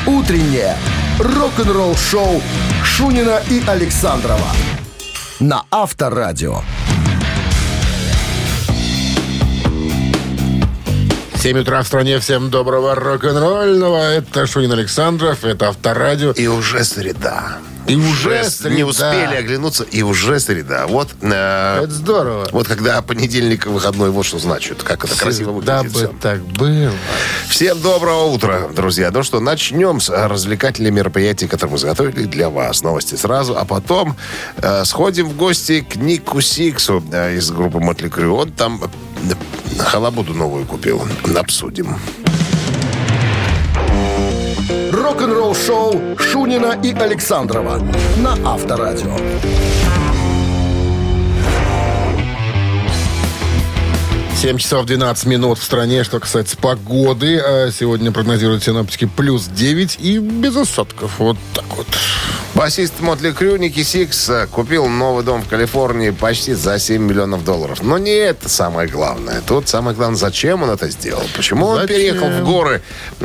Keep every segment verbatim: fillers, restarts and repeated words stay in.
Утреннее рок-н-ролл-шоу Шунина и Александрова на Авторадио. семь утра в стране. Всем доброго рок-н-ролльного. Это Шунин Александров, это Авторадио. И уже среда. И уже среда. Не успели оглянуться, и уже среда. Вот, э, это здорово. Вот когда понедельник выходной, вот что значит. Как это красиво выглядит. Да бы все. так было. Всем доброго утра, друзья. Ну что, начнем с развлекательных мероприятий, которые мы заготовили для вас. Новости сразу, а потом э, сходим в гости к Нику Сиксу э, из группы Мотли Крю. Он там э, халабуду новую купил. Обсудим. Рок-н-ролл-шоу Шунина и Александрова на Авторадио. семь часов двенадцать минут в стране. Что касается погоды, сегодня прогнозируют синоптики плюс девять и без осадков. Вот так вот. Басист Мотли Крю Ники Сикс купил новый дом в Калифорнии почти за семь миллионов долларов. Но не это самое главное. Тут самое главное, зачем он это сделал. Почему он Зачем? переехал в горы,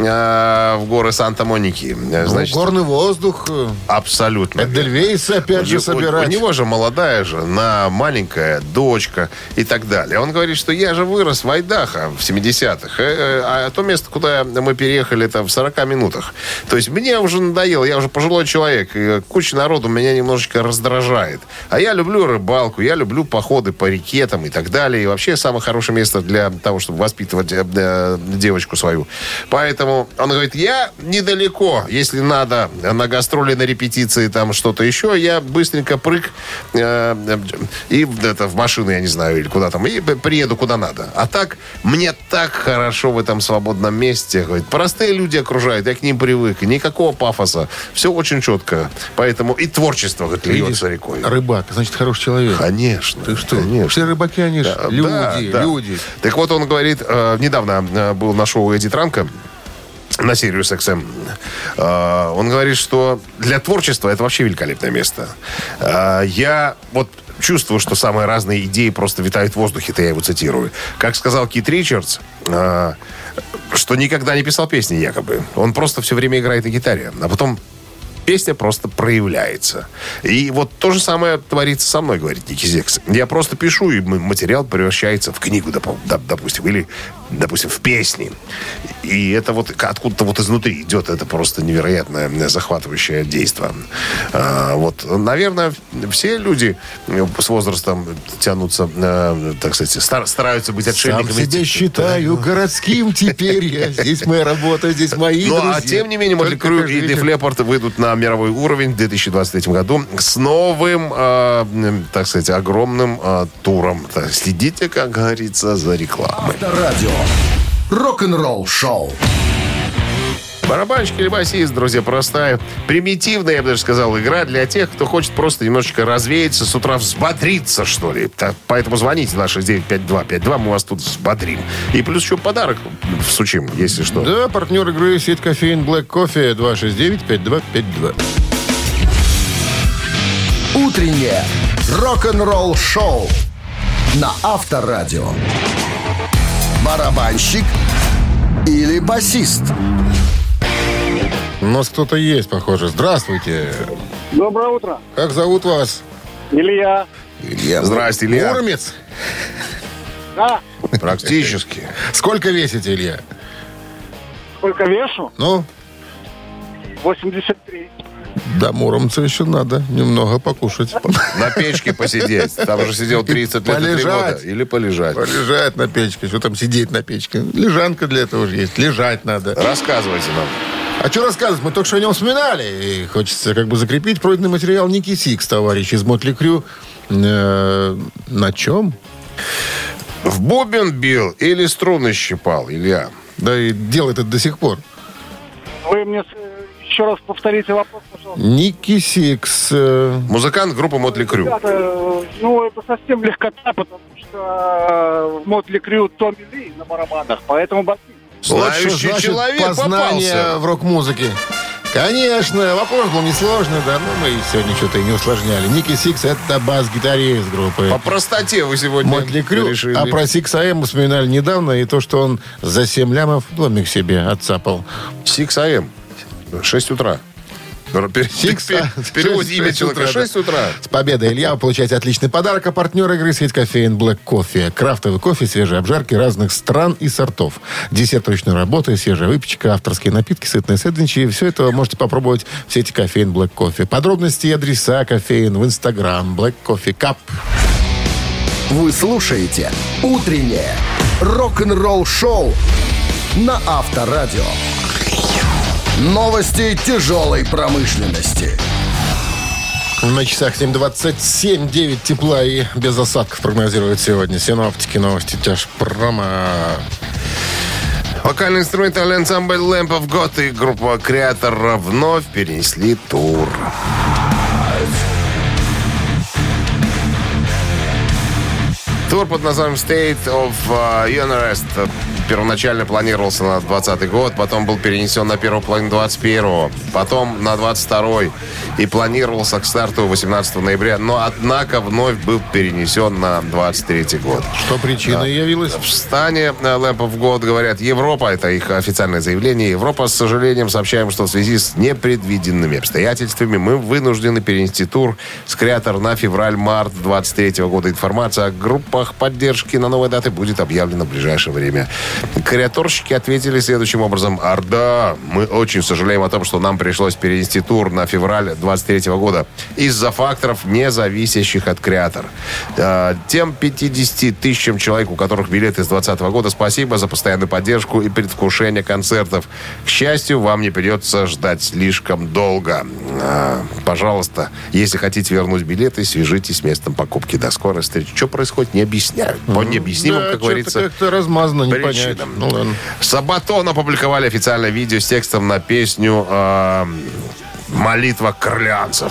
э, в горы Санта-Моники. Значит, Ну, горный воздух. абсолютно. Эдельвейс опять же У- собирать. У, у него же молодая жена, маленькая дочка и так далее. Он говорит, что я же вырос в Айдахо в семидесятых. э, э, А то место, куда мы переехали, это в сорока минутах. То есть мне уже надоело, я уже пожилой человек. И куча народу меня немножечко раздражает. А я люблю рыбалку, я люблю походы по реке там, и так далее. И вообще самое хорошее место для того, чтобы воспитывать э, э, девочку свою. Поэтому он говорит, я недалеко, если надо на гастроли, на репетиции, там что-то еще, я быстренько прыг э, э, и это, в машину, я не знаю, или куда там, и приеду куда надо. А так, мне так хорошо в этом свободном месте. Говорит, простые люди окружают, я к ним привык. Никакого пафоса. Все очень четко. Поэтому и творчество, говорит, льется рекой. Рыбак, значит, хороший человек. Конечно. Ты что? Конечно. Все рыбаки, они же Да, люди, да, да. люди. Так вот, он говорит, э, недавно э, был на шоу Эдди Транка на Sirius икс эм. Э, он говорит, что для творчества это вообще великолепное место. Э, я вот чувствую, что самые разные идеи просто витают в воздухе, это я его цитирую. Как сказал Кит Ричардс, э, что никогда не писал песни якобы. Он просто все время играет на гитаре, а потом песня просто проявляется. И вот то же самое творится со мной, говорит Ники Сикс. Я просто пишу, и материал превращается в книгу, допустим, или, допустим, в песни. И это вот откуда-то вот изнутри идет. Это просто невероятное захватывающее действие. А, вот, наверное, все люди с возрастом тянутся, так сказать, стар, стараются быть отшельниками. Сам себя считаю городским теперь. Я. Здесь моя работа, здесь мои Ну, друзья. а тем не менее, Мотли Крю и Def Leppard выйдут на мировой уровень в две тысячи двадцать третьем году с новым, э, так сказать, огромным э, туром. Так, следите, как говорится, за рекламой. Авторадио. Рок-н-ролл-шоу. Барабанщик или басист, друзья, простая, примитивная, я бы даже сказал, игра для тех, кто хочет просто немножечко развеяться, с утра взбодриться, что ли. Так, поэтому звоните на шесть девять пять два пять два, мы вас тут взбодрим. И плюс еще подарок всучим, если что. Да, партнер игры сеть кофеин Black Coffee два шесть девять пять два пять два. Утреннее рок-н-ролл-шоу на Авторадио. Барабанщик или басист? У нас кто-то есть, похоже. Здравствуйте. Доброе утро. Как зовут вас? Илья. Илья. Здрасте, Илья. Муромец? Да. Практически. Сколько весите, Илья? Сколько вешу? Ну, восемьдесят три. до Муромца еще надо немного покушать. На печке посидеть. Там же сидел тридцать лет и три года. Или полежать. Полежать на печке. Что там сидеть на печке? Лежанка для этого же есть. Лежать надо. Рассказывайте нам. А что рассказывать? Мы только что о нем вспоминали. И хочется как бы закрепить пройденный материал Ники Сикс, товарищ из Мотли Крю. Э, на чем? В бубен бил или струны щипал, Илья? Да и делает это до сих пор. Вы мне с- еще раз повторите вопрос, пожалуйста. Ники Сикс. э, Музыкант группы Мотли Крю. Ребята, ну, это совсем легкота, потому что в Мотли Крю Томми Ли на барабанах, поэтому басист. вот что Знающий значит человек познание попался. в рок-музыке. Конечно, вопрос был несложный, да, но мы сегодня что-то и не усложняли. Ники Сикс — это бас-гитарист группы По простоте вы сегодня Мотли Крю. решили. А про Сикс эй эм мы вспоминали недавно, и то, что он за семь лямов домик себе отцапал. Six эй эм. шесть утра. В переводе имя человека шесть утра. С победой, Илья, вы получаете отличный подарок. А партнер игры — сеть кофеин Black Coffee. Крафтовый кофе, свежие обжарки разных стран и сортов. Десерт ручной работы, свежая выпечка, авторские напитки, сытные сэндвичи. Все это вы можете попробовать в сети кофеин Black Coffee. Подробности и адреса кофеин в Инстаграм Black Coffee Cup. Вы слушаете «Утреннее рок-н-ролл-шоу» на Авторадио. Новости тяжелой промышленности. На часах семь двадцать семь, девять тепла и без осадков прогнозируют сегодня синоптики. Новости тяжпрома. Вокально-инструментальный ансамбль Lamp of God и группа Креатор вновь перенесли тур. Тур под названием State of uh, Unrest первоначально планировался на двадцатый год, потом был перенесен на первую половину двадцать первого, потом на двадцать второй и планировался к старту восемнадцатого ноября, но однако вновь был перенесен на двадцать третий год. Что причиной да. явилась? В стане Lamp of God говорят, Европа, это их официальное заявление, Европа, с сожалением, сообщаем, что в связи с непредвиденными обстоятельствами мы вынуждены перенести тур с Креатор на февраль-март двадцать третьего года. Информация о группах поддержки на новые даты будет объявлена в ближайшее время. Креаторщики ответили следующим образом. Орда, мы очень сожалеем о том, что нам пришлось перенести тур на февраль двадцать третьего года из-за факторов, не зависящих от Креатор. Тем пятидесяти тысячам человек, у которых билеты с двадцатого года, спасибо за постоянную поддержку и предвкушение концертов. К счастью, вам не придется ждать слишком долго. Пожалуйста, если хотите вернуть билеты, свяжитесь с местом покупки. До скорой встречи. Что происходит, не объясняют. По необъяснимым, да, как говорится, как-то размазано, не понять. Ну, ладно. Сабатон опубликовали официальное видео с текстом на песню э, «Молитва карлианцев».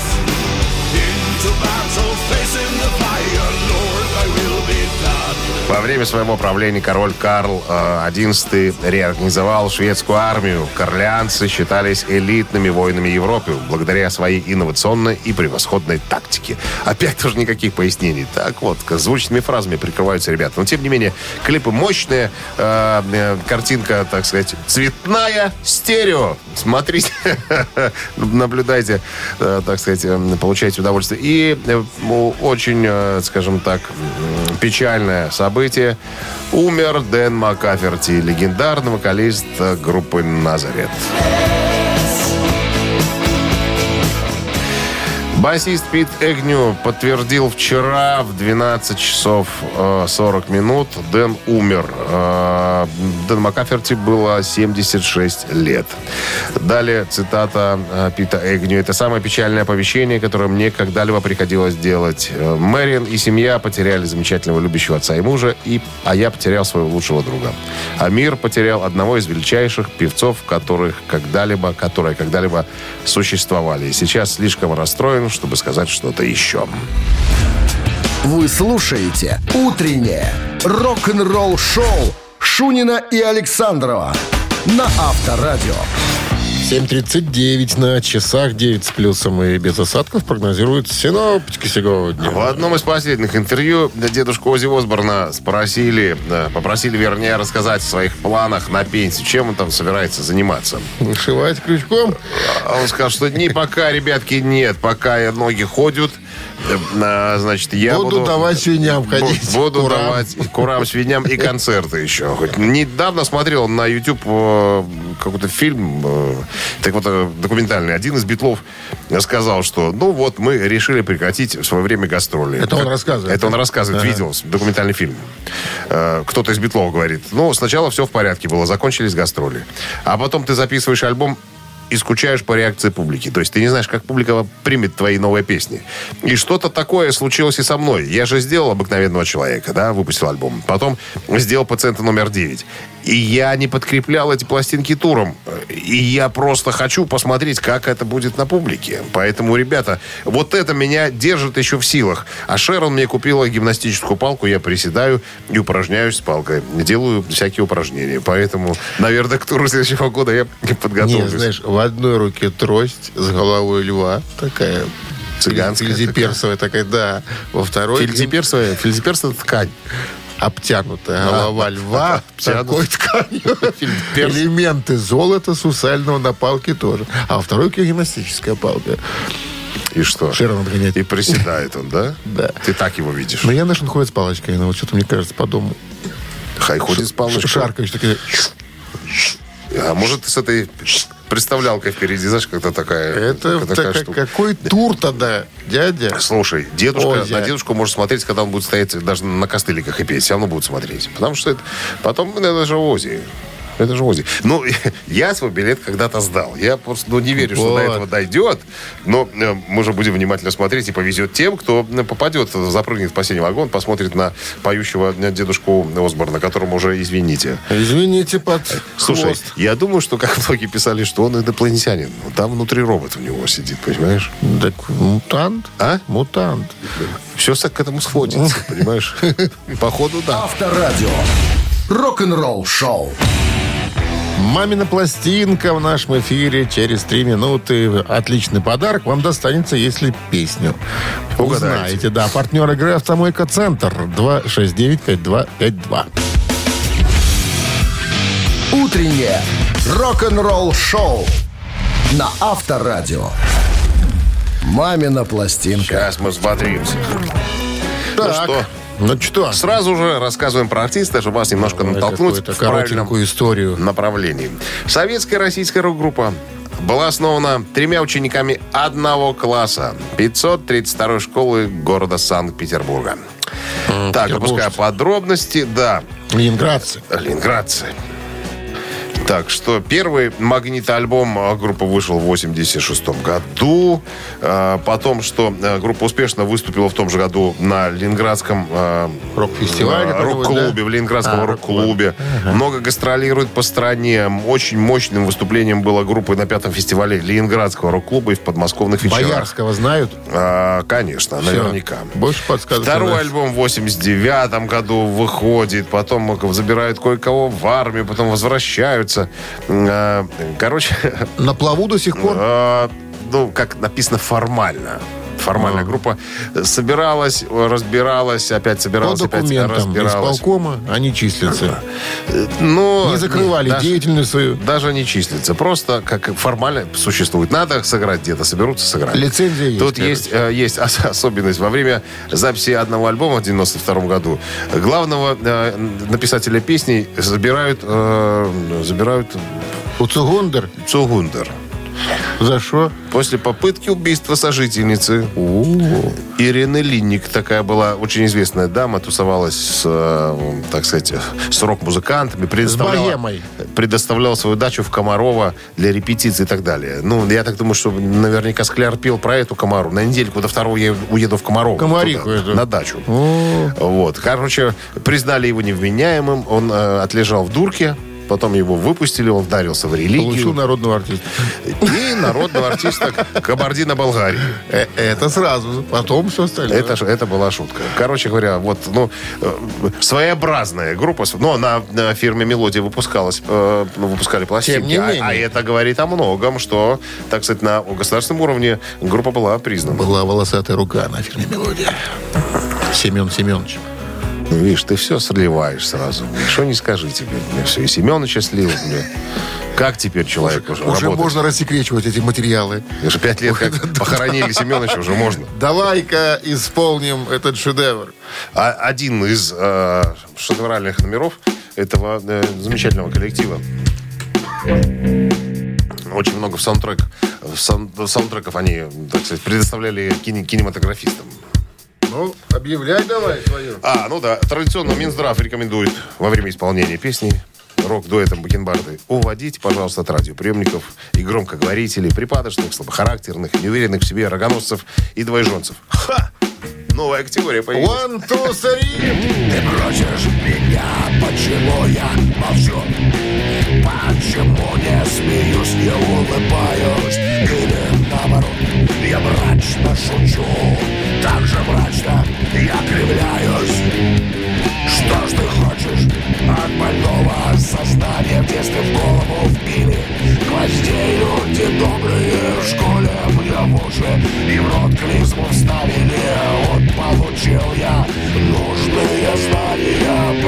Во время своего правления король Карл одиннадцатый реорганизовал шведскую армию. Карлианцы считались элитными воинами Европы благодаря своей инновационной и превосходной тактике. Опять тоже никаких пояснений. Так вот, звучными фразами прикрываются ребята. Но, тем не менее, клипы мощные, э, э, картинка, так сказать, цветная, стерео. Смотрите, наблюдайте, э, так сказать, э, получайте удовольствие. И э, очень, э, скажем так, печальное событие. Умер Дэн Маккаферти, легендарный вокалист группы «Назарет». Басист Пит Эгню подтвердил вчера в двенадцать часов сорок минут. Дэн умер. Дэн Маккаферти было семьдесят шесть лет. Далее цитата Пита Эгню. «Это самое печальное оповещение, которое мне когда-либо приходилось делать. Мэриан и семья потеряли замечательного любящего отца и мужа, и, а я потерял своего лучшего друга. А мир потерял одного из величайших певцов, которых когда-либо, которые когда-либо существовали. И сейчас слишком расстроен, чтобы сказать что-то еще». Вы слушаете «Утреннее рок-н-ролл-шоу» Шунина и Александрова на Авторадио. семь тридцать девять на часах, девять с плюсом и без осадков прогнозируют синоптики сегодня. В одном из последних интервью дедушку Оззи Осборна спросили, попросили, вернее, рассказать о своих планах на пенсию. Чем он там собирается заниматься? Вышивать крючком? А он сказал, что ни пока, ребятки, нет. Пока ноги ходят, значит, я буду... Буду давать свиньям ходить. Буду курам. давать курам, свиньям и концерты еще. Хоть недавно смотрел на YouTube какой-то фильм, так вот, документальный. Один из Битлов сказал, что, ну вот, мы решили прекратить в свое время гастроли. Это он рассказывает? Это он рассказывает, ага. Видел документальный фильм. Кто-то из Битлов говорит, ну, сначала все в порядке было, закончились гастроли. А потом ты записываешь альбом и скучаешь по реакции публики. То есть ты не знаешь, как публика примет твои новые песни. И что-то такое случилось и со мной. Я же сделал «Обыкновенного человека», да, выпустил альбом. Потом сделал «Пациента номер девять». И я не подкреплял эти пластинки туром. И я просто хочу посмотреть, как это будет на публике. Поэтому, ребята, вот это меня держит еще в силах. А Шерон мне купила гимнастическую палку. Я приседаю и упражняюсь с палкой. Делаю всякие упражнения. Поэтому, наверное, к туру следующего года я подготовлюсь. Не, знаешь, в одной руке трость с головой льва. Такая цыганская. Фельдеперсовая такая, да. Во второй... Фельдеперсовая? Фельдеперс — это ткань. Обтянутая голова льва такой тканью. Перс. Элементы золота сусального на палке тоже. А во второй руке гимнастическая палка. И что? Шерон отгоняет. И приседает он, да? Да. Ты так его видишь? Но я знаешь, он ходит с палочкой. Но вот что-то, мне кажется, по дому. Хай ходит с палочкой. Шаркаешь такие. А может, ты с этой представлялкой впереди, знаешь, когда такая, Это такая так, штука. какой тур тогда, дядя? Слушай, дедушка, Ой, на дядя. дедушку может смотреть, когда он будет стоять даже на костыликах и петь. Все равно будет смотреть. Потому что это... Потом это же Оззи. Это же Оззи. Ну, я свой билет когда-то сдал. Я просто ну, не верю, что Вот. до этого дойдет. Но э, мы же будем внимательно смотреть, и повезет тем, кто э, попадет, запрыгнет в последний вагон, посмотрит на поющего э, дедушку Осборна, которому уже извините. Извините, под Слушай, хвост. я думаю, что, как многие писали, что он инопланетянин. Там внутри робот у него сидит, понимаешь? Так мутант. А? Мутант. Все к этому сходится, понимаешь? Походу, да. Авторадио. Рок-н-ролл шоу. Мамина пластинка в нашем эфире через три минуты. Отличный подарок вам достанется, если песню Угадаете. узнаете. Да, партнер игры «Автомойка Центр» два шесть девять пять два пять два. Утреннее рок-н-ролл шоу на Авторадио. Мамина пластинка. Сейчас мы взбодримся. Ну Так, что, ну что? сразу же рассказываем про артиста, чтобы вас немножко натолкнуть Какую-то в правильном коротенькую историю. направлении. Советская российская рок-группа была основана тремя учениками одного класса пятьсот тридцать второй школы города Санкт-Петербурга. Так, выпуская подробности, да, Ленинградцы. ленинградцы. Так, что первый магнитоальбом группы вышел в восемьдесят шестом году. А, Потом, что а, группа успешно выступила в том же году на Ленинградском а, Рок-фестивале а, какой-то, рок-клубе, да? в Ленинградском А, рок-клубе. Много гастролирует по стране. Очень мощным выступлением было группы на пятом фестивале Ленинградского рок-клуба и в подмосковных вечерах. Боярского знают? А, конечно, Всё. наверняка. Больше подсказок. Второй не знаю. альбом в восемьдесят девятом году выходит, потом забирают кое-кого в армию, потом возвращаются. А, Короче, На плаву до сих пор? а, ну, как написано, формально. Формальная А. группа собиралась, разбиралась, опять По собиралась, опять документам разбиралась. исполкома они числятся. Но Не закрывали даже- деятельность свою. Даже не числится. Просто как формально существует. Надо сыграть где-то, соберутся сыграть. Лицензия есть. Тут короче. есть, э, есть ос- особенность. Во время записи одного альбома в девяносто втором году главного э, написателя песней забирают, э, забирают Уцугундер? Цугундер. За что? После попытки убийства сожительницы. Ирины Линник такая была очень известная дама, тусовалась с, э, так сказать, с рок-музыкантами, предоставляла, богемой. предоставляла свою дачу в Комарово для репетиций и так далее. Ну, я так думаю, что наверняка Скляр пел про эту Комару. На недельку до второго я уеду в Комарово. Комарику туда, эту. на дачу. О, Вот. Короче, признали его невменяемым. Он э, отлежал в дурке. Потом его выпустили, он вдарился в религию. получил народного артиста. И народного артиста Кабардино-Балкарии. Э, Это сразу. Потом все остальное. Это, ж- это была шутка. Короче говоря, вот, ну, э, своеобразная группа. Но на, на фирме «Мелодия» выпускалась, э, ну, выпускали пластинки. Тем не а, менее. а это говорит о многом, что, так сказать, на государственном уровне группа была признана. Была волосатая рука на фильме «Мелодия». Семен Семенович. Ну, видишь, ты все сливаешь сразу. Что не скажи тебе. Мне все. И Семеновича слил. Мне. Как теперь человек уже, Уже работает? можно рассекречивать эти материалы. Уже пять лет как похоронили Семеновича, уже можно. Давай-ка исполним этот шедевр. А один из э, шедевральных номеров этого э, замечательного коллектива. Очень много в саундтрек, в сан- саундтреков они, так сказать, предоставляли кине- кинематографистам. Ну, объявляй давай свою. А, ну да, традиционно Минздрав рекомендует во время исполнения песни рок-дуэтом Бакенбарды уводите, пожалуйста, от радиоприемников и громкоговорителей, припадочных, слабохарактерных, неуверенных в себе рогоносцев и двоеженцев. Ха! Новая категория появилась. One, two, three. Ты просишь меня, почему я молчу? Почему не смеюсь, не улыбаюсь? Или наоборот, я мрачно шучу. Так же мрачно я кривляюсь. Что ж ты хочешь от больного сознания? В детстве в голову вбили гвоздей. Люди добрые в школе мне в уши и в рот клизму вставили. Вот получил я нужные знания.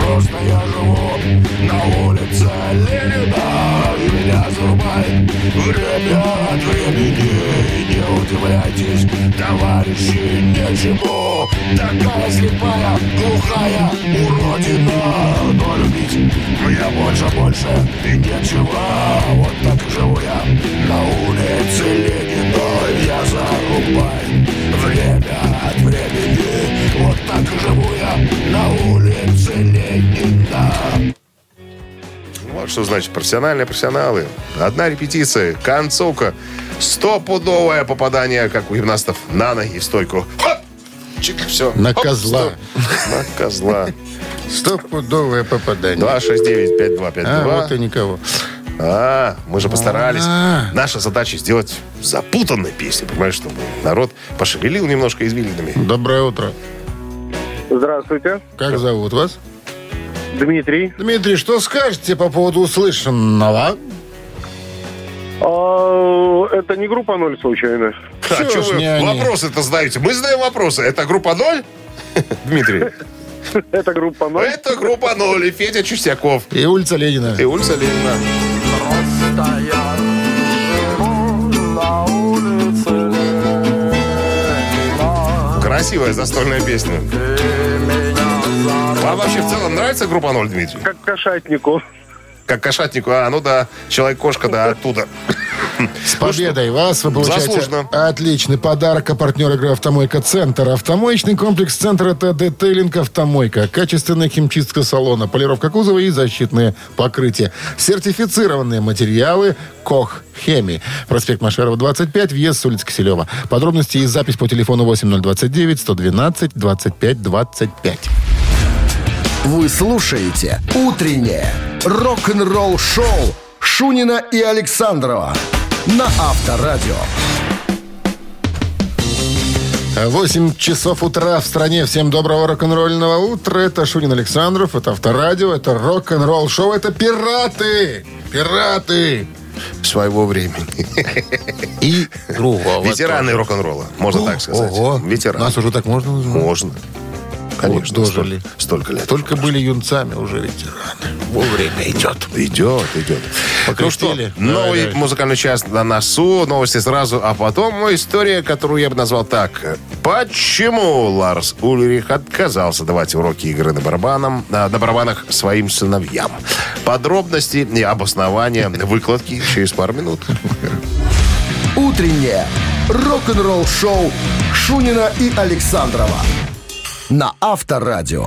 Просто я живу на улице Ленина, и меня зарубает время от времени. Не удивляйтесь, товарищи, ничего. Такая слепая, глухая уродина. Но любить мне больше, больше и нечего. Вот так и живу я на улице Ленина. Я зарубаю время от времени. Вот так и живу я на улице Ленина. Вот что значит профессиональные профессионалы. Одна репетиция, концовка, стопудовое попадание, как у гимнастов, на ноги, в стойку. Хоп! Чик, все. На Хоп, козла. стоп. На козла. Стопудовое попадание. два шесть девять пять два пять А, два. вот и никого. А, мы же постарались. А. Наша задача сделать запутанную песню, понимаешь, чтобы народ пошевелил немножко извилинами. Доброе утро. Здравствуйте. Как зовут вас? Дмитрий. Дмитрий, что скажете по поводу услышанного? А, это не группа «Ноль» случайно? А Чё что ж вы не они? вопросы-то задаете? Мы задаем вопросы. Это группа ноль? Дмитрий. Это группа «Ноль». Это группа ноль и Федя Чистяков. И улица Ленина. И улица Ленина. Просто я живу на улице Ленина. Красивая застольная песня. Вам вообще в целом нравится группа ноль, Дмитрий? Как кошатнику. Как кошатнику. А, ну да, Человек-кошка, да, оттуда. С победой вас! Вы получаете Заслуженно. отличный подарок. А партнер игры «Автомойка Центр». Автомоечный комплекс «Центр» — это детейлинг «Автомойка». Качественная химчистка салона, полировка кузова и защитные покрытия. Сертифицированные материалы «Кох Хеми». Проспект Машерова, двадцать пять, въезд с улицы Киселева. Подробности и запись по телефону восемь ноль двадцать девять сто двенадцать двадцать пять двадцать пять. Вы слушаете «Утреннее рок-н-ролл-шоу» Шунина и Александрова на Авторадио. восемь часов утра в стране. Всем доброго рок-н-ролльного утра. Это Шунин Александров, это Авторадио, это рок-н-ролл шоу, это пираты! Пираты! Своего времени. И другого. Ветераны рок-н-ролла, можно так сказать. Ого. Ветераны. Нас уже так можно назвать? Можно. Конечно, Вот столь- дожили. столько лет. Только были юнцами, уже ветераны. Вовремя идет. Идет, идет. Ну что, Покрестили? новый Давай, давай. музыкальный час на носу, новости сразу, а потом история, которую я бы назвал так. Почему Ларс Ульрих отказался давать уроки игры на, барабаном, на на барабанах своим сыновьям? Подробности и обоснования выкладки через пару минут. Утреннее рок-н-ролл-шоу Шунина и Александрова на Авторадио.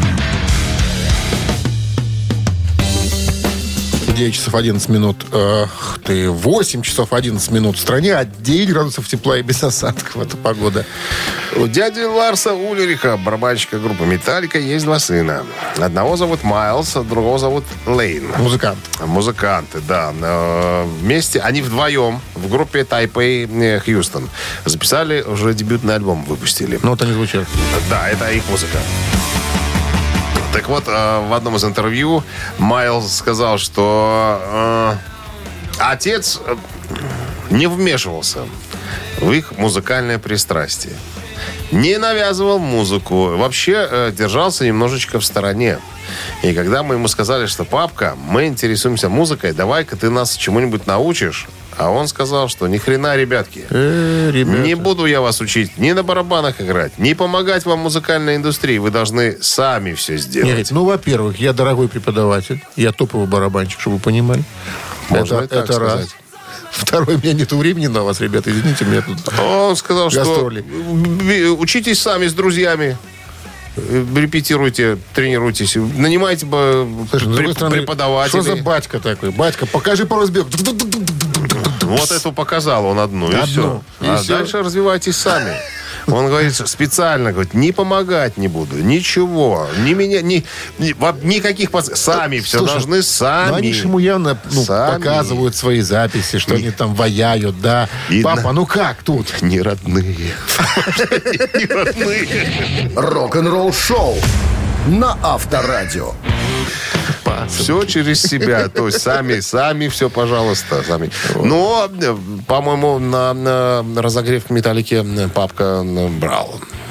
девять часов одиннадцать минут. Эх ты, восемь часов одиннадцать минут в стране, а девять градусов тепла и без осадков. Это погода. У дяди Ларса Ульриха, барабанщика группы «Металлика», есть два сына. Одного зовут Майлз, а другого зовут Лейн. Музыкант. Музыканты, да. Э, Вместе, они вдвоем в группе Тайпей Хьюстон записали, уже дебютный альбом выпустили. Ну, вот они звучат. Да, это их музыка. Так вот, э, в одном из интервью Майлз сказал, что э, отец э, не вмешивался в их музыкальное пристрастие. Не навязывал музыку. Вообще э, держался немножечко в стороне. И когда мы ему сказали, что папка, мы интересуемся музыкой, давай-ка ты нас чему-нибудь научишь. А он сказал, что ни хрена, ребятки. Э, ребята. Не буду я вас учить ни на барабанах играть, ни помогать вам в музыкальной индустрии. Вы должны сами все сделать. Нет, ну, во-первых, я дорогой преподаватель. Я топовый барабанщик, чтобы вы понимали. Можно это и так это раз. сказать. Второй, у меня нет времени на вас, ребята. Извините, меня тут... Он сказал, Гастроли. что учитесь сами с друзьями. Репетируйте, тренируйтесь. Нанимайте бы Слушай, ну, с другой преп- стороны, преподавателей. что за батька такой? Батька, покажи пару сбег. Вот эту показал он одну, и Одну, все. и а всё. дальше развивайтесь сами. Он говорит, специально говорит, не помогать не буду, ничего, не меня, ни, ни- во- никаких поз- сами все Слушай, должны сами. Ну, они же ему явно ну, Сами. показывают свои записи, что они там ваяют, да. Видно. Папа, ну как тут? Не родные. Не родные. Рок-н-ролл-шоу на Авторадио. Все через себя. То есть сами, сами все, пожалуйста, сами. Но, э, по-моему, на, на разогрев металлики папка брал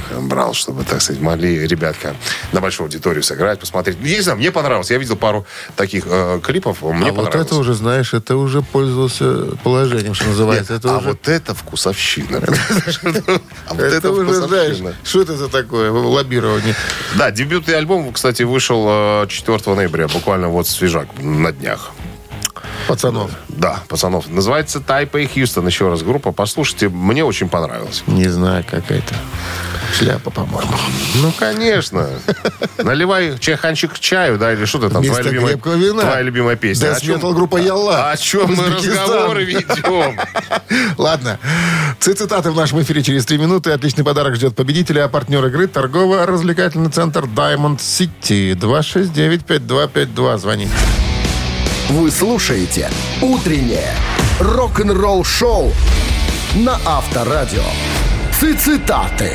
брал, чтобы, так сказать, могли ребятка на большую аудиторию сыграть, посмотреть. Я не знаю, мне понравилось. Я видел пару таких э, клипов, мне а понравилось. Вот это уже, знаешь, это уже пользовался положением, что называется. Нет, это а уже... вот это вкусовщина. А вот Это уже, знаешь, что это за такое лоббирование? Да, дебютный альбом, кстати, вышел четвёртого ноября, буквально вот свежак на днях. Пацанов. Да, пацанов. Называется Тайпей Хьюстон. Еще раз группа. Послушайте, мне очень понравилось. Не знаю, какая-то шляпа, по-моему. Ну, конечно. Наливай чайханчик к чаю, да, или что ты там? Вместо Твоя любимая, крепкого вина. твоя любимая песня. Death Metal группа Ялла. О чем мы Узбекистан. разговоры ведем? Ладно. Цитаты в нашем эфире через три минуты. Отличный подарок ждет победителя. А партнер игры — торгово-развлекательный центр Diamond City. два шесть девять пять два пять два. Звоните. Вы слушаете «Утреннее рок-н-ролл-шоу» на Авторадио. Цитаты.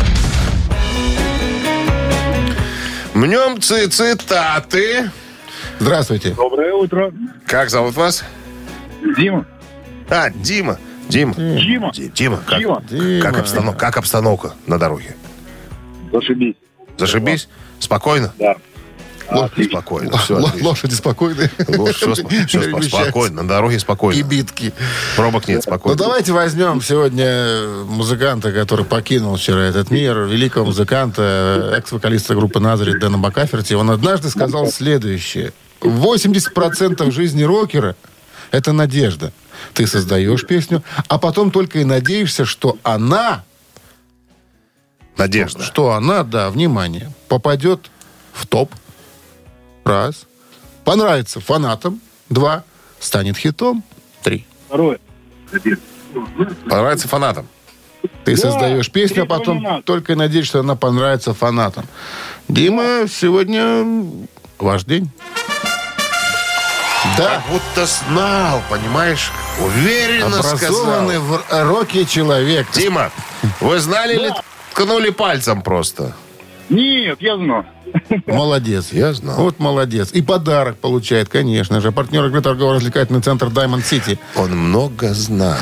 Мнем ци- цитаты. Здравствуйте. Доброе утро. Как зовут вас? Дима. А, Дима. Дима. Дима. Ди- Дима, как, Дима. как, обстанов- как обстановка на дороге? Зашибись. Зашибись? Спокойно? Да. Ло- Отлично. Спокойно. Все, Л- Лошади спокойные. все, спокойно. На дороге спокойно. Кибитки. Пробок нет, Ну, спокойно. давайте возьмем сегодня музыканта, который покинул вчера этот мир, великого музыканта, экс-вокалиста группы «Назарет» Дэна Бакаферти. Он однажды сказал следующее. восемьдесят процентов жизни рокера — это надежда. Ты создаешь песню, а потом только и надеешься, что она, Надежда. что она, да, внимание, попадет в топ. Раз. Понравится фанатам. Два. Станет хитом. Три. Второе. Понравится фанатам. Ты Да, создаешь песню, а третьего потом не надо. только надеешься, что она понравится фанатам. Дима, сегодня ваш день. Да, Как будто знал, понимаешь? Уверенно сказал. образованный в роке человек. Дима, вы знали ли, ткнули пальцем просто? Нет, я знаю. Молодец. Я знал. Вот молодец. И подарок получает, конечно же. Партнер игры торгово-развлекательный центр Diamond City. Он много знал.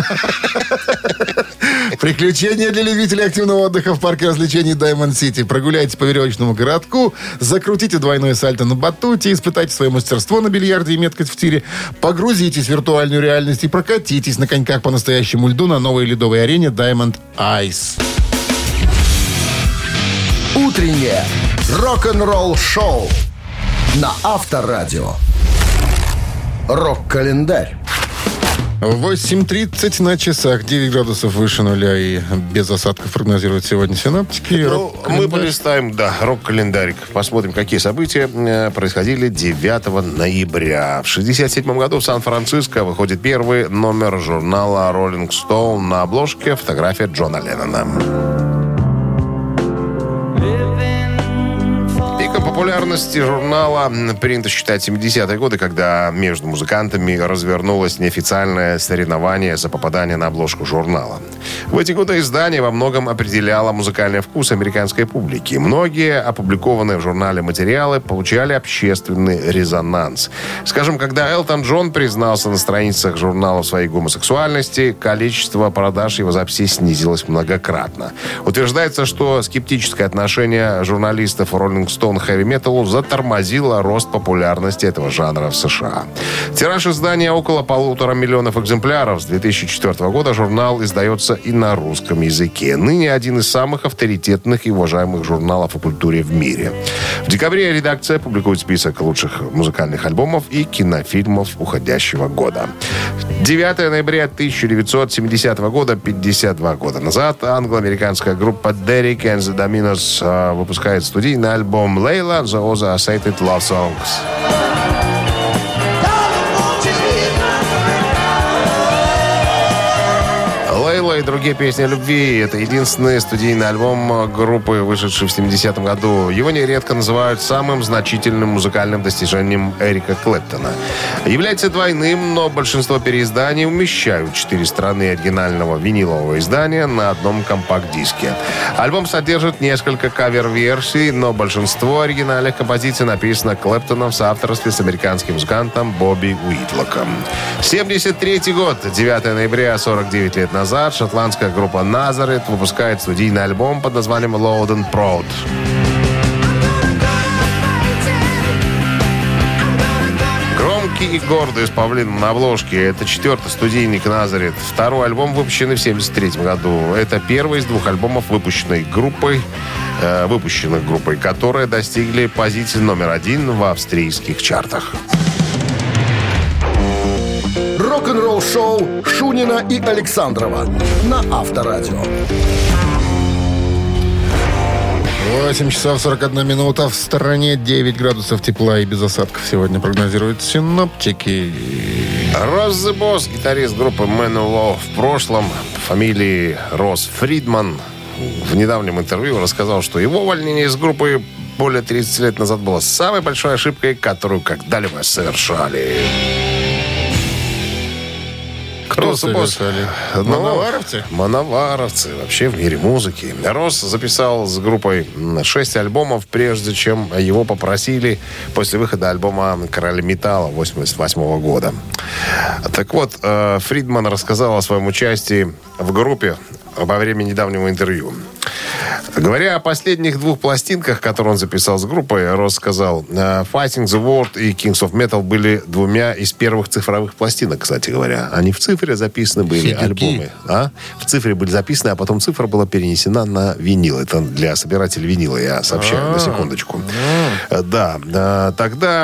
Приключения для любителей активного отдыха в парке развлечений Diamond City. Прогуляйтесь по веревочному городку, закрутите двойное сальто на батуте, испытайте свое мастерство на бильярде и меткость в тире, погрузитесь в виртуальную реальность и прокатитесь на коньках по настоящему льду на новой ледовой арене Diamond Ice. Утреннее рок-н-ролл-шоу на Авторадио. Рок-календарь. восемь тридцать на часах, девять градусов выше нуля и без осадков прогнозируют сегодня синоптики. Ну, мы полистаем, да, рок-календарик. Посмотрим, какие события э, происходили девятого ноября. В шестьдесят седьмом году в Сан-Франциско выходит первый номер журнала Rolling Stone. На обложке фотография Джона Леннона. Пиком популярности журнала принято считать семидесятые годы, когда между музыкантами развернулось неофициальное соревнование за попадание на обложку журнала. В эти годы издание во многом определяло музыкальный вкус американской публики. Многие опубликованные в журнале материалы получали общественный резонанс. Скажем, когда Элтон Джон признался на страницах журнала в своей гомосексуальности, количество продаж его записей снизилось многократно. Утверждается, что скептическое отношение журналистов Rolling Stone к хэви-металу затормозило рост популярности этого жанра в США. Тираж издания около полутора миллионов экземпляров. С две тысячи четвёртого года журнал издается и на русском языке. Ныне один из самых авторитетных и уважаемых журналов о культуре в мире. В декабре редакция публикует список лучших музыкальных альбомов и кинофильмов уходящего года. девятого ноября тысяча девятьсот семидесятого года, пятьдесят два года назад, англо-американская группа Derek and the Dominos э, выпускает студийный альбом «Layla The Other Sacred Love Songs». «Лейла» и другие песни о любви — это единственный студийный альбом группы, вышедший в семидесятом году. Его нередко называют самым значительным музыкальным достижением Эрика Клэптона. Является двойным, но большинство переизданий умещают четыре стороны оригинального винилового издания на одном компакт-диске. Альбом содержит несколько кавер-версий, но большинство оригинальных композиций написано Клэптоном в соавторстве с американским музыкантом Бобби Уитлоком. семьдесят третий год, девятого ноября, сорок девять лет назад, шотландский шотландская группа Nazareth выпускает студийный альбом под названием Loud and Proud. Громкий и гордый с павлином на обложке. Это четвертый студийник Nazareth. Второй альбом, выпущенный в семьдесят третьем году. Это первый из двух альбомов, выпущенной группой, э, выпущенных группой, которые достигли позиции номер один в австрийских чартах. Рок-н-ролл шоу Шунина и Александрова на Авторадио. восемь часов сорок одна минута. В стороне девять градусов тепла и без осадков сегодня прогнозируют синоптики. Росс The Boss, гитарист группы Manowar, в прошлом по фамилии Росс Фридман, в недавнем интервью рассказал, что его увольнение из группы более тридцати лет назад было самой большой ошибкой, которую когда-либо совершали. Кто Росс The Boss? совершали? Ну, Мановаровцы? Мановаровцы вообще в мире музыки. Росс записал с группой шесть альбомов, прежде чем его попросили после выхода альбома «Короли металла» восемьдесят восьмого года. Так вот, Фридман рассказал о своем участии в группе во время недавнего интервью. Говоря о последних двух пластинках, которые он записал с группой, Росс сказал: «Fighting the World» и «Kings of Metal» были двумя из первых цифровых пластинок, кстати говоря. Они в цифре записаны были, Фидюки. альбомы. А? В цифре были записаны, а потом цифра была перенесена на винил. Это для собирателей винила, я сообщаю, на секундочку. Да, тогда...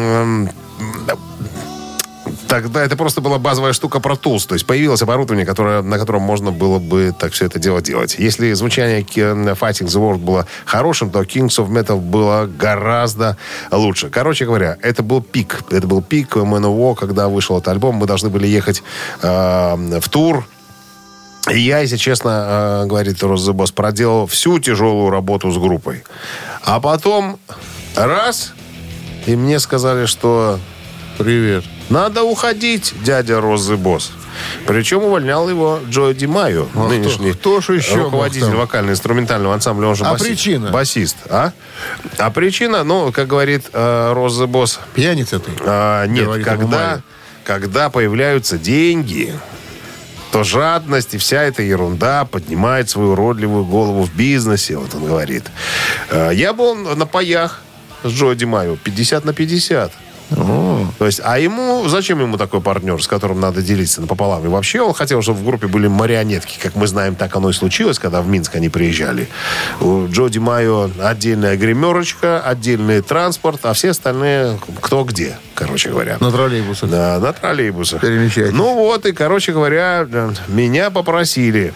Тогда это просто была базовая штука Pro Tools. То есть появилось оборудование, которое, на котором можно было бы так все это дело делать. Если звучание Fighting the World было хорошим, то Kings of Metal было гораздо лучше. Короче говоря, это был пик. Это был пик Manowar, когда вышел этот альбом. Мы должны были ехать э, в тур. И я, если честно, э, говорит Росс The Boss, проделал всю тяжелую работу с группой. А потом раз, и мне сказали, что... Привет. Надо уходить, дядя Росс The Boss. Причем увольнял его Джо Ди Майо, А нынешний кто, кто ж еще руководитель вокально-инструментального ансамбля, он же А баси- причина? басист. А? а причина, ну, как говорит э, Росс The Boss, Пьяница ты? э, нет, Говорит ему когда, Майо. когда появляются деньги, то жадность и вся эта ерунда поднимает свою уродливую голову в бизнесе, вот он говорит. Э, я был на паях с Джо Ди Майо пятьдесят на пятьдесят. О. То есть, а ему, зачем ему такой партнер, с которым надо делиться напополам? И вообще он хотел, чтобы в группе были марионетки. Как мы знаем, так оно и случилось, когда в Минск они приезжали. У Джо Ди Майо отдельная гримерочка, отдельный транспорт, а все остальные кто где, короче говоря. На троллейбусах. Да, на троллейбусах. Перемещайтесь. Ну вот, и, короче говоря, меня попросили.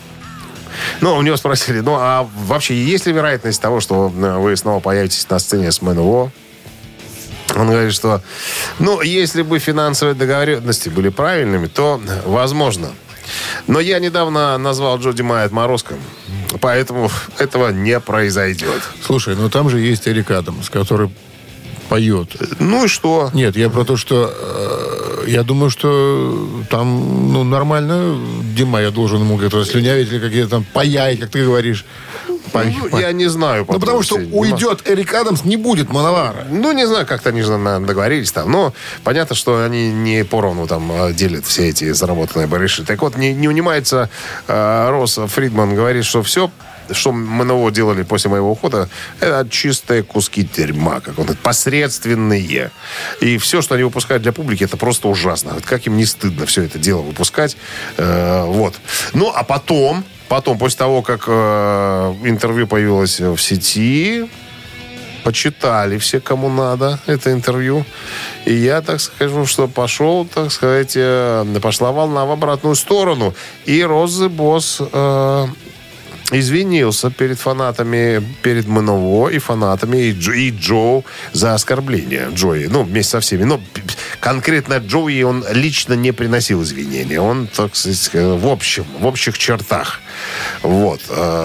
Ну, у него спросили, ну, а вообще есть ли вероятность того, что вы снова появитесь на сцене с Manowar? Он говорит, что, ну, если бы финансовые договоренности были правильными, то возможно. Но я недавно назвал Джо Ди Майо отморозком, поэтому этого не произойдет. Слушай, ну там же есть Эрик Адамс, который поет. Ну и что? Нет, я про то, что э, я думаю, что там, ну, нормально Дима, я должен ему как-то слюнявить или какие-то там паять, как ты говоришь. По- Ну, по- я не знаю. Ну, потому что подробностей. уйдет Эрик Адамс, не будет Мановара. Ну, не знаю, как-то они же наверное, договорились там. Но понятно, что они не поровну там делят все эти заработанные барыши. Так вот, не, не унимается э, Росс Фридман, говорит, что все, что Manowar делали после моего ухода, это чистые куски дерьма, как он говорит, посредственные. И все, что они выпускают для публики, это просто ужасно. Вот как им не стыдно все это дело выпускать. Э, вот. Ну, а потом... Потом, после того, как э, интервью появилось в сети, почитали все, кому надо, это интервью. И я, так скажу, что пошел, так сказать, э, пошла волна в обратную сторону. И Росс The Boss э, извинился перед фанатами, перед Manowar и фанатами, и, Джо, и Джо за оскорбление Джои. Ну, вместе со всеми. Но конкретно Джои он лично не приносил извинения. Он, так сказать, в общем, в общих чертах. Вот.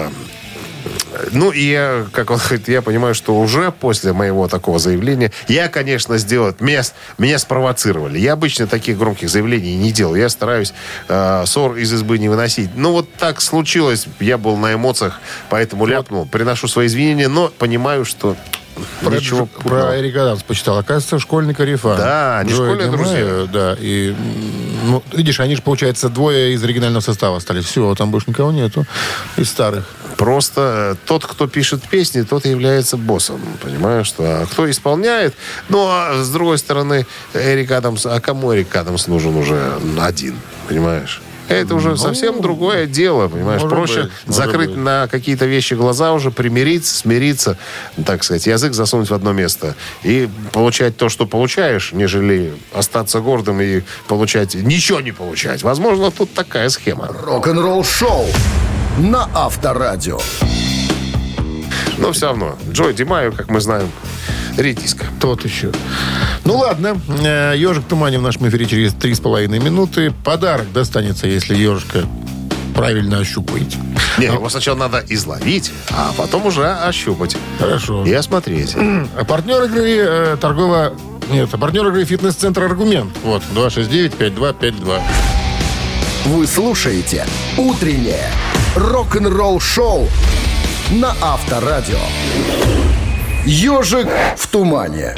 Ну, и я, как он говорит, я понимаю, что уже после моего такого заявления я, конечно, сделал... Меня, меня спровоцировали. Я обычно таких громких заявлений не делал. Я стараюсь э, ссор из избы не выносить. Ну, вот так случилось. Я был на эмоциях, поэтому ляпнул. Приношу свои извинения, но понимаю, что... Про, Ничего Дж- про Эрика Адамс почитал. Оказывается, школьный корефан. Да, они Джо школьные Ди друзья. Майо, да, и Ну, видишь, они же, получается, двое из оригинального состава остались. Все, там больше никого нету из старых. Просто тот, кто пишет песни, тот и является боссом. Понимаешь, что? А кто исполняет? Ну, а с другой стороны, Эрик Адамс... А кому Эрик Адамс нужен уже один? Понимаешь? Это уже ну, совсем другое дело, понимаешь? Проще быть, закрыть быть. на какие-то вещи глаза уже, примириться, смириться, так сказать, язык засунуть в одно место и получать то, что получаешь, нежели остаться гордым и получать, ничего не получать. Возможно, тут такая схема. Рок-н-ролл шоу на Авторадио. Но все равно, Джой Ди Майо, как мы знаем, редиска. Тот еще. Ну ладно, ежик в тумане в нашем эфире через три с половиной минуты. Подарок достанется, если ежика правильно ощупаете. Не, его сначала надо изловить, а потом уже ощупать. Хорошо. И осмотреть. А партнер игры э, торгово... Нет, а партнер игры фитнес-центр «Аргумент». Вот, два шесть девять пять два пять два. Вы слушаете «Утреннее рок-н-ролл-шоу» на Авторадио. «Ежик в тумане».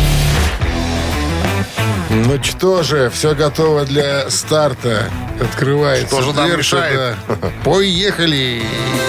Ну что же, все готово для старта. Открывается. Что же нам мешает? Поехали!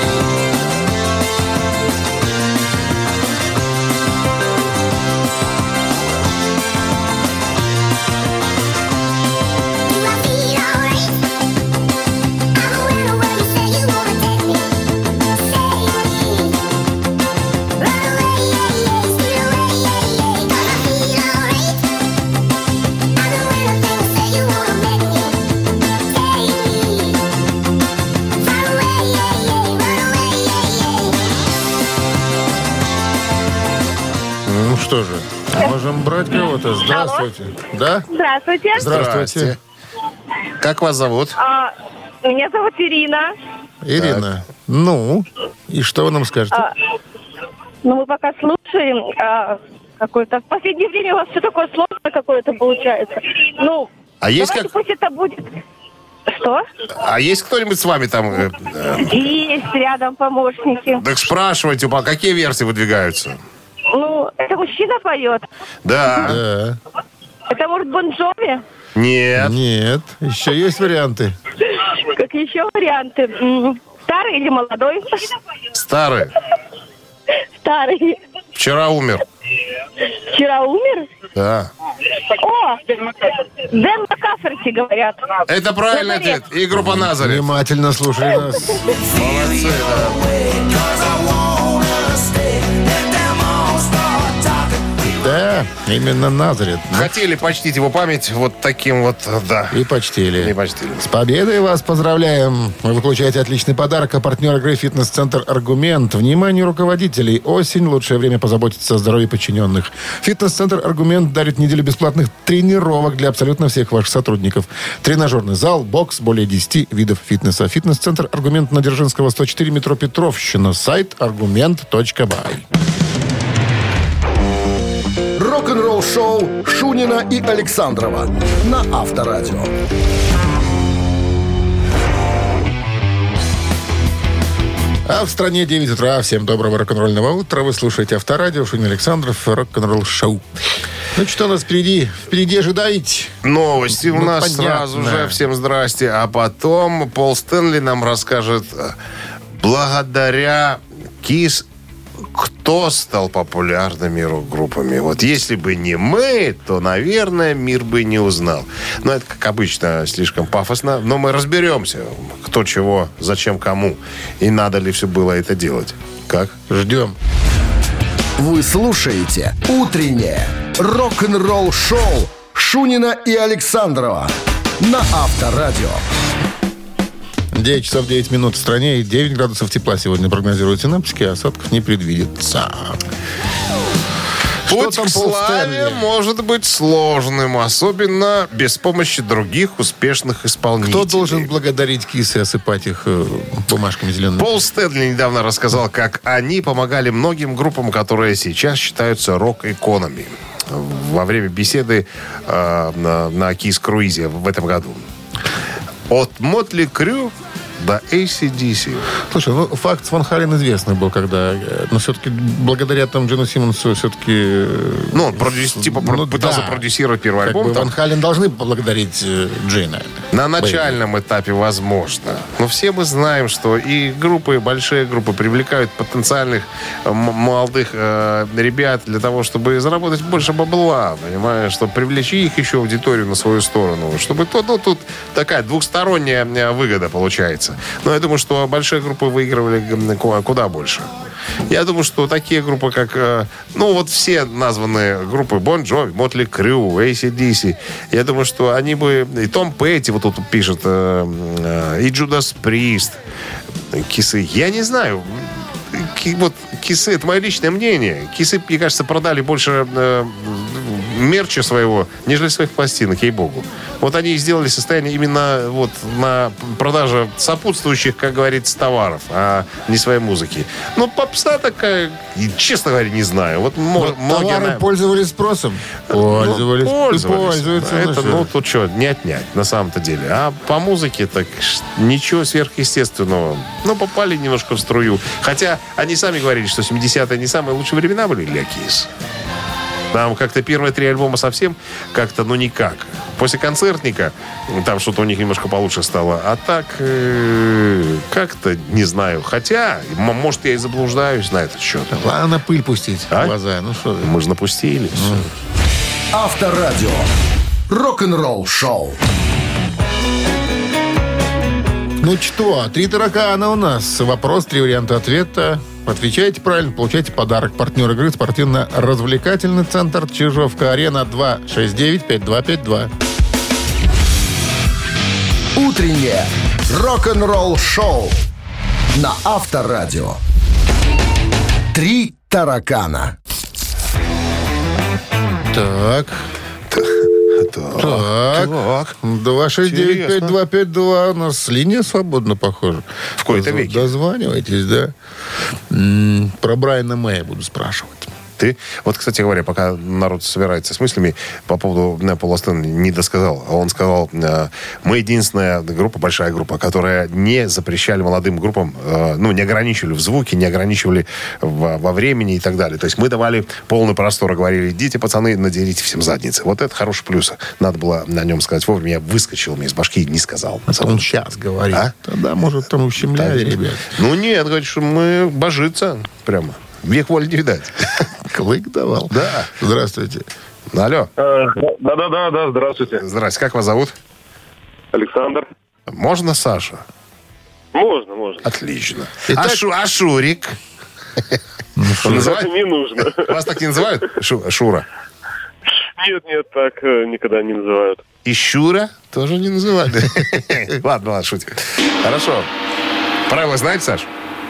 Что же, можем брать кого-то. Здравствуйте. Алло. Да? Здравствуйте. Здравствуйте. Как вас зовут? А, меня зовут Ирина. Ирина. Так. Ну, и что вы нам скажете? А, ну, мы пока слушаем а, какое-то... В последнее время у вас все такое сложное какое-то получается. Ну, а есть давайте как... пусть это будет... Что? А есть кто-нибудь с вами там? Э, э... Есть рядом помощники. Так спрашивайте, по какие версии выдвигаются? Ну, это мужчина поет? Да. Да. Это, может, Бон Джови? Нет. Нет. Еще есть варианты? Как еще варианты? Старый или молодой? Старый. Старый. Вчера умер. Вчера умер? Да. О! Дэн Маккаферти, говорят. Это правильный ответ. И группа Назарет. Внимательно слушай нас. Молодцы, да. Да, именно Назарет. Хотели почтить его память вот таким вот, да. И почтили. И почтили. С победой вас поздравляем. Вы получаете отличный подарок. А партнер игры «Фитнес-центр Аргумент». Внимание руководителей. Осень. Лучшее время позаботиться о здоровье подчиненных. «Фитнес-центр Аргумент» дарит неделю бесплатных тренировок для абсолютно всех ваших сотрудников. Тренажерный зал, бокс, более десяти видов фитнеса. «Фитнес-центр Аргумент» на Дзержинского, сто четыре, метро Петровщина. Сайт аргумент точка бай. Рок-н-ролл-шоу Шунина и Александрова на Авторадио. А в стране девять утра. Всем доброго рок-н-ролльного утра. Вы слушаете Авторадио. Шунин Александров. Рок-н-ролл-шоу. Ну, что у нас впереди? Впереди ожидаете? Новости у ну, нас понятно. Сразу же. Всем здрасте. А потом Пол Стэнли нам расскажет, благодаря Kiss, кто стал популярными рок-группами. Вот если бы не мы, то, наверное, мир бы не узнал. Но это, как обычно, слишком пафосно. Но мы разберемся, кто чего, зачем, кому. И надо ли все было это делать. Как? Ждем. Вы слушаете «Утреннее рок-н-ролл-шоу» Шунина и Александрова на Авторадио. девять часов девять минут в стране и девять градусов тепла сегодня прогнозируют синаптики, осадков не предвидится. Путь к славе может быть сложным, особенно без помощи других успешных исполнителей. Кто должен благодарить Кис и осыпать их бумажками зелеными? Пол Стэнли недавно рассказал, как они помогали многим группам, которые сейчас считаются рок-иконами. Во время беседы э, на, на Кис-круизе в этом году. От Мотли Крю до эй си ди си. Слушай, ну факт с Ван Хален известный был, когда... Но все-таки благодаря там Джину Симмонсу все-таки... Ну, он продюс, типа ну, пытался да. продюсировать первый Как альбом. бы там. Ван Хален должны поблагодарить э, Джина. На начальном этапе возможно. Но все мы знаем, что и группы, большие группы привлекают потенциальных м- молодых э, ребят для того, чтобы заработать больше бабла, понимаешь, чтобы привлечь их еще аудиторию на свою сторону. Чтобы то, ну, тут такая двухсторонняя выгода получается. Но я думаю, что большие группы выигрывали куда больше. Я думаю, что такие группы, как... э, ну, вот все названные группы Bon Jovi, Motley Crue, эй си ди си, я думаю, что они бы... И Том Петти вот тут пишет, э, э, и Judas Priest, Кисы. Я не знаю. Ки, вот Кисы, это мое личное мнение. Кисы, мне кажется, продали больше э, мерча своего, нежели своих пластинок, ей-богу. Вот они и сделали состояние именно вот на продаже сопутствующих, как говорится, товаров, а не своей музыки. Ну, попса такая, честно говоря, не знаю. Вот мо- многие... Товары на- пользовались спросом? Пользовались. Ну, пользовались. И пользуются. Это, ну, ну, что? тут что, не отнять, на самом-то деле. А по музыке так ш- ничего сверхъестественного. Ну, попали немножко в струю. Хотя они сами говорили, что семидесятые не самые лучшие времена были для Кис. Там как-то первые три альбома совсем как-то, ну, никак. После концертника там что-то у них немножко получше стало. А так, э, как-то, не знаю. Хотя, м- может, я и заблуждаюсь на этот счет. Ладно, пыль пустить А? в глаза. Ну что ты. Мы же напустили. Авторадио. Рок-н-ролл шоу. Ну что, три таракана у нас. Вопрос, три варианта ответа. Отвечаете правильно, получаете подарок. Партнер игры спортивно-развлекательный центр Чижовка-Арена. Два шесть девять пять два пять два. Утреннее рок-н-ролл шоу на Авторадио. Три таракана. Так. Так. два шесть девять пять два пять два. У нас линия свободна, похоже. В кои-то веки. Дозванивайтесь, да. М, Про Брайана Мэя буду спрашивать. Ты, вот, кстати говоря, пока народ собирается с мыслями по поводу э, Пола Стэнли, не досказал. Он сказал, э, мы единственная группа, большая группа, которая не запрещали молодым группам, э, ну, не ограничивали в звуке, не ограничивали в- во времени и так далее. То есть мы давали полный простор, говорили, идите, пацаны, надерите всем задницы. Вот это хороший плюс. Надо было на нем сказать вовремя. Я выскочил, мне из башки не сказал. Это он сейчас говорит. А? Тогда, может, там ущемляли, ребят. Ну, нет, говорит, что мы божиться прямо. Век воли не видать. Клык давал? Да. Здравствуйте. Алло. Да-да-да, да, здравствуйте. Здрасте, как вас зовут? Александр. Можно Саша? Можно, можно. Отлично. Итак- А, Шу- а Шурик? Он называет- Это не нужно. Вас так не называют? Шу- Шура. Нет, нет, так э, никогда не называют. И Шура тоже не называют. Ладно, ладно, шутим. Хорошо. Правила знаете, Саш?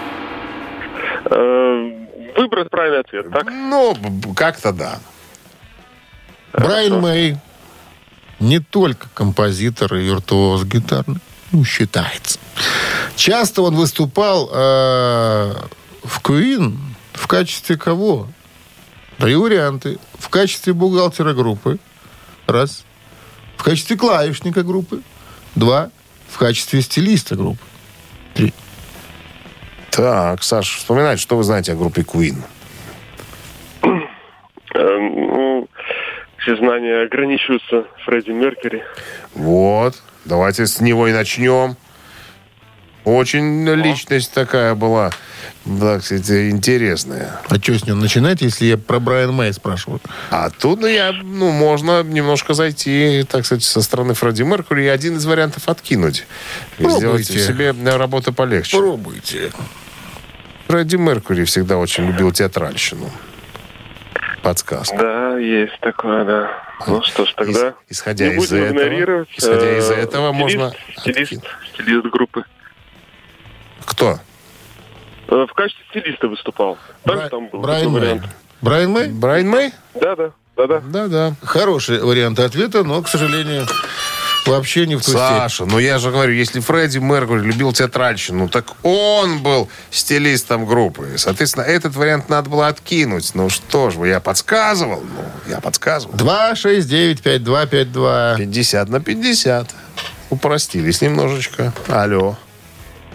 Э, Выбрать правильный ответ, так? Ну, б- как-то да. Брайан Мэй не только композитор и виртуоз гитарный, ну, считается. Часто он выступал э, в Queen в качестве кого? Даю варианты. В качестве бухгалтера группы. Раз. В качестве клавишника группы. Два. В качестве стилиста группы. Три. Так, Саш, вспоминайте, что вы знаете о группе Queen. Э, Ну, все знания ограничиваются Фредди Меркьюри. Вот. Давайте с него и начнем. Очень личность такая была, так сказать, интересная. А что с ним начинать, если я про Брайан Мэй спрашиваю? А тут, ну, я, ну, можно немножко зайти, так сказать, со стороны Фредди Меркьюри и один из вариантов откинуть. И сделать Пробуйте. себе работу полегче. Пробуйте. Фредди Меркьюри всегда очень любил театральщину. Подсказка. Да, есть такое, да. Ну что ж, тогда Ис- исходя не из будем этого- игнорировать. исходя из Э, этого стилист, можно Стилист, откинуть. стилист группы. Кто? Э, В качестве стилиста выступал. Также Бра- там был Брайан такой Мэй. вариант. Брайан Мэй? Брайан Мэй? Да-да, да-да. Да-да. Хороший вариант ответа, но, к сожалению, вообще не в ту степь. Саша, ну я же говорю, если Фредди Меркьюри любил театральщину, так он был стилистом группы. Соответственно, этот вариант надо было откинуть. Ну что ж, вы, я подсказывал. Ну, я подсказывал. два шесть девять пять два пять два. пятьдесят на пятьдесят. Упростились немножечко. Алло.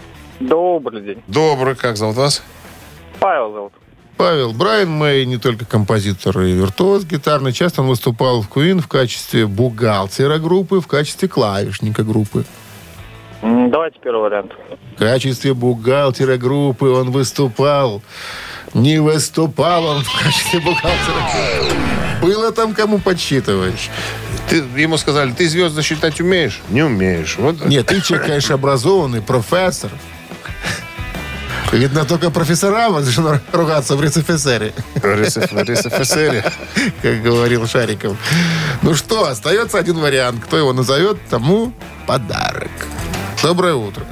Добрый день. Добрый. Как зовут вас? Павел зовут. Павел, Брайан Мэй не только композитор и виртуоз гитарный. Часто он выступал в Queen в качестве бухгалтера группы, в качестве клавишника группы. М, Давайте первый вариант. В качестве бухгалтера группы он выступал. Не выступал он в качестве бухгалтера. Было там кому подсчитывать. Ты, ему сказали, ты звезды считать умеешь? Не умеешь. Вот. Нет, ты человек, конечно, образованный, профессор. Видно, только профессора можно ругаться в РСФСРе. В РСФСРе. Как говорил Шариков. Ну что, остается один вариант. Кто его назовет, тому подарок. Доброе утро.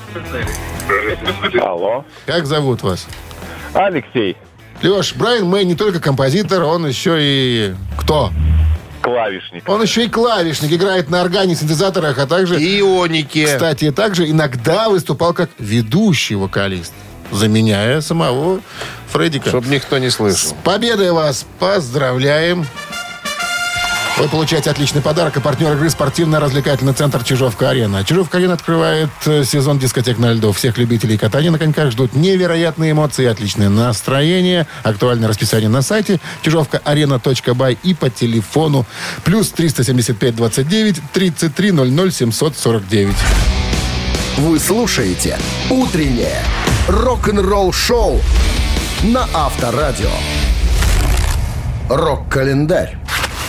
Алло. Как зовут вас? Алексей. Леш, Брайан Мэй не только композитор, он еще и... Кто? Клавишник. Он еще и клавишник, играет на органе, синтезаторах, а также... Ионики. Кстати, также иногда выступал как ведущий вокалист, заменяя самого Фреддика. Чтоб никто не слышал. С победой вас поздравляем. Вы получаете отличный подарок. И партнер игры спортивно-развлекательный центр «Чижовка-арена». «Чижовка-арена» открывает сезон дискотек на льду. Всех любителей катания на коньках ждут невероятные эмоции и отличное настроение. Актуальное расписание на сайте чижовка арена точка бай и по телефону плюс триста семьдесят пять двадцать девять тридцать три ноль ноль семьсот сорок девять. Вы слушаете «Утреннее рок-н-ролл-шоу» на Авторадио. Рок-календарь.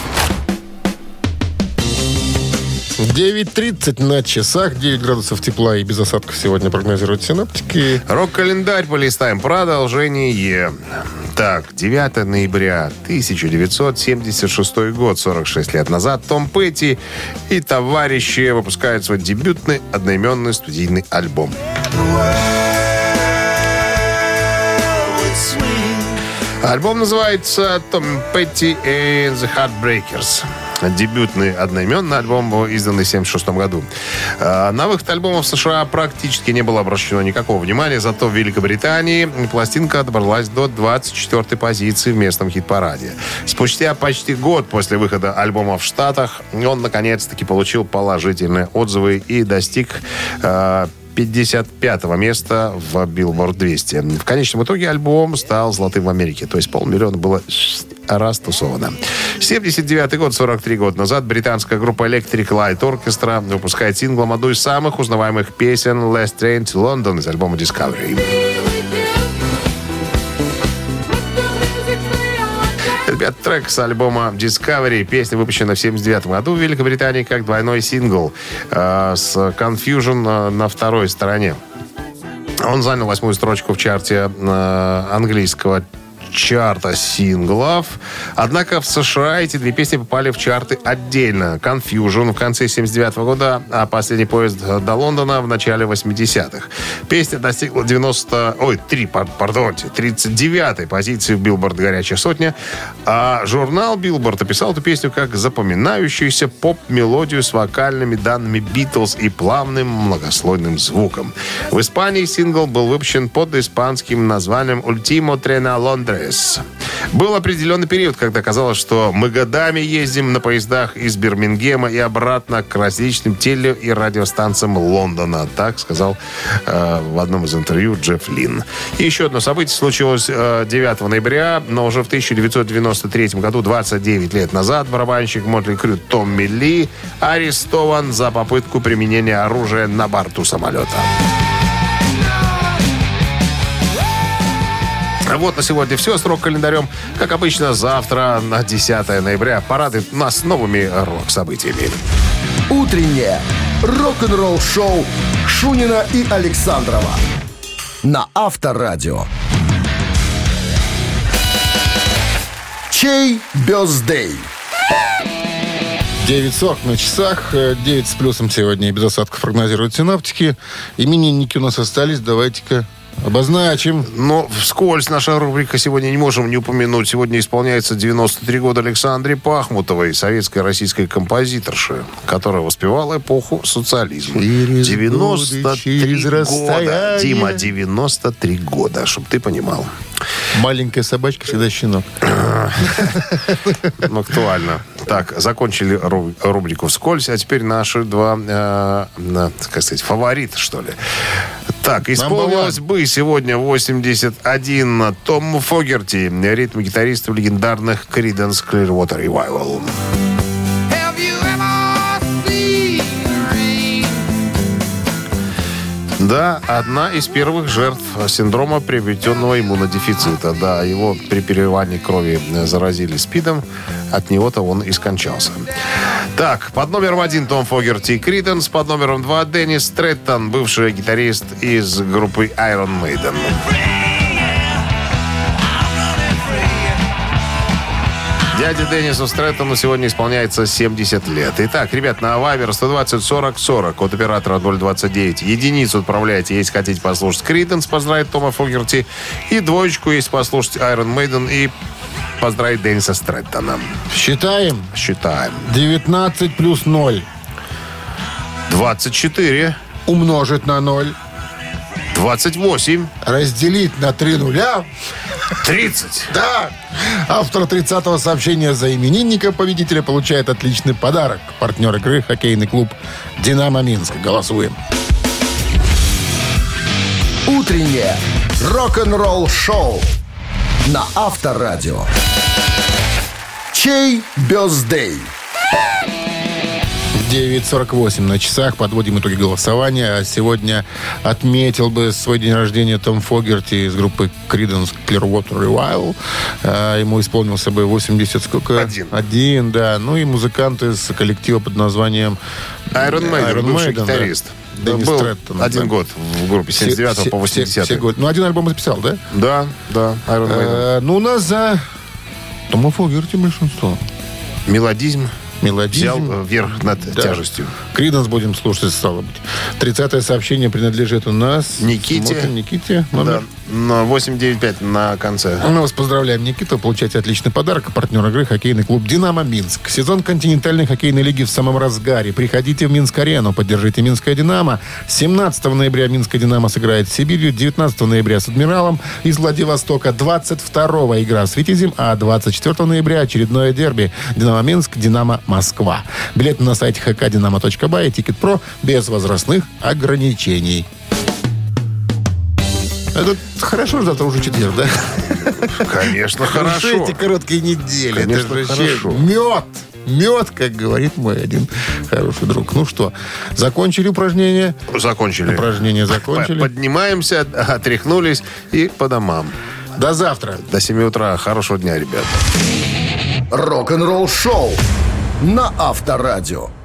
девять тридцать на часах, девять градусов тепла и без осадков сегодня прогнозируют синоптики. Рок-календарь полистаем. Продолжение. Так, девятого ноября тысяча девятьсот семьдесят шестой год, сорок шесть лет назад, Том Петти и товарищи выпускают свой дебютный одноименный студийный альбом. Альбом называется «Том Петти and the Heartbreakers». Дебютный одноименный альбом был издан в семьдесят шестом году. На выход альбома в США практически не было обращено никакого внимания, зато в Великобритании пластинка добралась до двадцать четвёртой позиции в местном хит-параде. Спустя почти год после выхода альбома в Штатах он наконец-таки получил положительные отзывы и достиг пятьдесят пятого места в Billboard двести. В конечном итоге альбом стал золотым в Америке. То есть полмиллиона было растусовано. семьдесят девятый год, сорок три года назад, британская группа Electric Light Orchestra выпускает синглом одну из самых узнаваемых песен «Last Train to London» из альбома Discovery. Ребят, трек с альбома Discovery. Песня выпущена в семьдесят девятом году в Великобритании как двойной сингл э, с Confusion э, на второй стороне. Он занял восьмую строчку в чарте э, английского чарта синглов. Однако в США эти две песни попали в чарты отдельно. Confusion в конце семьдесят девятого года, а последний поезд до Лондона в начале восьмидесятых. Песня достигла девяносто... Ой, три, пардонте, тридцать девятой позиции в Billboard «Горячая сотня». А журнал Billboard описал эту песню как запоминающуюся поп-мелодию с вокальными данными Beatles и плавным многослойным звуком. В Испании сингл был выпущен под испанским названием «Último tren a Londres». Был определенный период, когда казалось, что мы годами ездим на поездах из Бирмингема и обратно к различным теле- и радиостанциям Лондона. Так сказал э, в одном из интервью Джефф Лин. И еще одно событие случилось э, девятого ноября, но уже в тысяча девятьсот девяносто третьем году, двадцать девять лет назад, барабанщик Мотли Крю Томми Ли арестован за попытку применения оружия на борту самолета. Вот на сегодня все с рок-календарем. Как обычно, завтра на десятого ноября порадует нас новыми рок-событиями. Утреннее рок-н-ролл-шоу Шунина и Александрова на Авторадио. Чей бёздей? девять сорок на часах, девять с плюсом сегодня и без осадков прогнозируют синоптики. Именинники у нас остались, давайте-ка обозначим. Но вскользь наша рубрика сегодня не можем не упомянуть. Сегодня исполняется девяносто три года Александре Пахмутовой, советской российской композиторши, которая воспевала эпоху социализма. Через девяносто три годы, года. Дима, девяносто три года, чтобы ты понимал. Маленькая собачка, всегда щенок. Ну, актуально. Так, закончили ру- рубрику «Вскользь», а теперь наши два, э, э, как сказать, фаворита, что ли. Так, исполнилось бы сегодня восемьдесят один Тому Фогерти, ритм-гитарист в легендарных Creedence Clearwater Revival. Да, одна из первых жертв синдрома приобретенного иммунодефицита. Да, его при переливании крови заразили СПИДом. От него-то он и скончался. Так, под номером один Том Фогерти и Creedence, под номером два Деннис Стрэттон, бывший гитарист из группы Iron Maiden. Дяде Деннису Стрэттону сегодня исполняется семьдесят лет. Итак, ребят, на Вайбер сто двадцать сорок сорок, код оператора ноль двадцать девять. Единицу отправляйте, если хотите послушать Creedence, поздравить Тома Фогерти. И двоечку, если послушать Iron Maiden и поздравить Денниса Стрэттона. Считаем. Считаем. девятнадцать плюс ноль. двадцать четыре. Умножить на ноль. двадцать восемь. Разделить на три нуля. тридцать. Да. Автор тридцатого сообщения за именинника победителя получает отличный подарок. Партнер игры — хоккейный клуб «Динамо Минск». Голосуем. Утреннее рок-н-ролл-шоу на Авторадио. Чей бёздей? девять сорок восемь на часах. Подводим итоги голосования. А сегодня отметил бы свой день рождения Том Фогерти из группы Creedence Clearwater Revival. А, ему исполнился бы восемьдесят сколько? Один. Один, да. Ну и музыкант из коллектива под названием Iron Maiden, Iron бывший Maiden, гитарист. Да. Деннис Был Стрэттон, один да. год в группе с семьдесят девятого Все- по восьмидесятый. все- все годы. Ну, один альбом записал, да? Да, да, Iron Maiden. Э, ну, у нас за Тома Фогерти большинство. Мелодизм Мелодизм. взял э, верх над Да. тяжестью. Криденс будем слушать, стало быть. тридцатое сообщение принадлежит у нас... Никите. Смотрим, Никите. Да, Номер. на восемь девять пять на конце. Мы вас поздравляем, Никита. Получаете отличный подарок. Партнер игры — хоккейный клуб «Динамо Минск». Сезон континентальной хоккейной лиги в самом разгаре. Приходите в Минск-арену, поддержите Минское «Динамо». семнадцатого ноября Минское «Динамо» сыграет с Сибирью, девятнадцатого ноября с «Адмиралом» из Владивостока, двадцать второго игра с «Витязем», а двадцать четвёртого ноября очередное дерби «Динамо Минск», «Динамо Москва». Билеты на сайте эйч кей динамо точка бай и Тикет.Про без возрастных ограничений. Это хорошо, завтра уже четверг, да? Конечно, хорошо. Эти короткие недели. Конечно, это же вообще хорошо. мед. Мед, как говорит мой один хороший друг. Ну что, закончили упражнение? Закончили. Упражнения закончили. Поднимаемся, отряхнулись и по домам. До завтра. До семи утра. Хорошего дня, ребят. Рок-н-ролл-шоу на Авторадио.